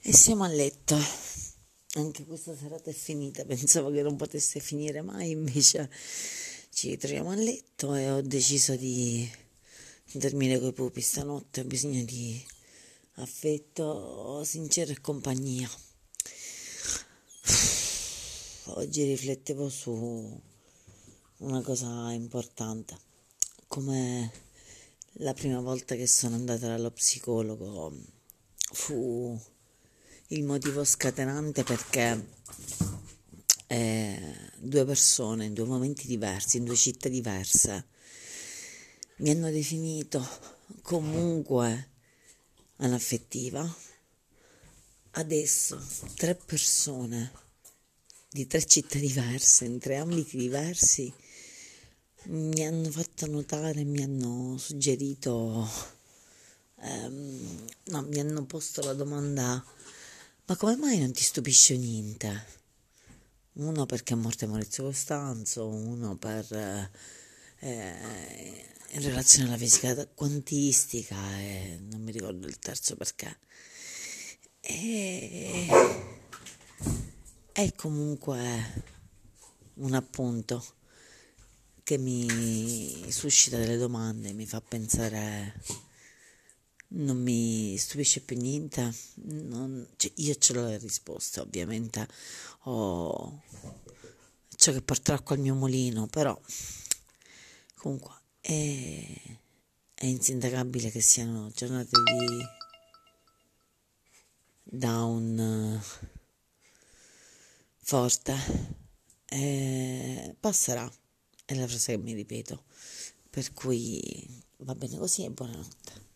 E siamo a letto. Anche questa serata è finita, pensavo che non potesse finire mai, invece ci ritroviamo a letto e ho deciso di dormire coi pupi stanotte, ho bisogno di affetto sincero e compagnia. Oggi riflettevo su una cosa importante, come la prima volta che sono andata dallo psicologo fu il motivo scatenante perché due persone in due momenti diversi, in due città diverse, mi hanno definito comunque anaffettiva. Adesso tre persone di tre città diverse, in tre ambiti diversi, mi hanno fatto notare, mi hanno suggerito, no, mi hanno posto la domanda: ma come mai non ti stupisce niente? Uno perché è morto Maurizio Costanzo, uno per in relazione alla fisica quantistica e non mi ricordo il terzo perché. E è comunque un appunto che mi suscita delle domande, mi fa pensare, non mi stupisce più niente, cioè, io ce l'ho le risposte, ovviamente ho ciò che porterà acqua al mio mulino, però comunque è insindacabile che siano giornate di down forte. Passerà, è la frase che mi ripeto, per cui va bene così e buonanotte.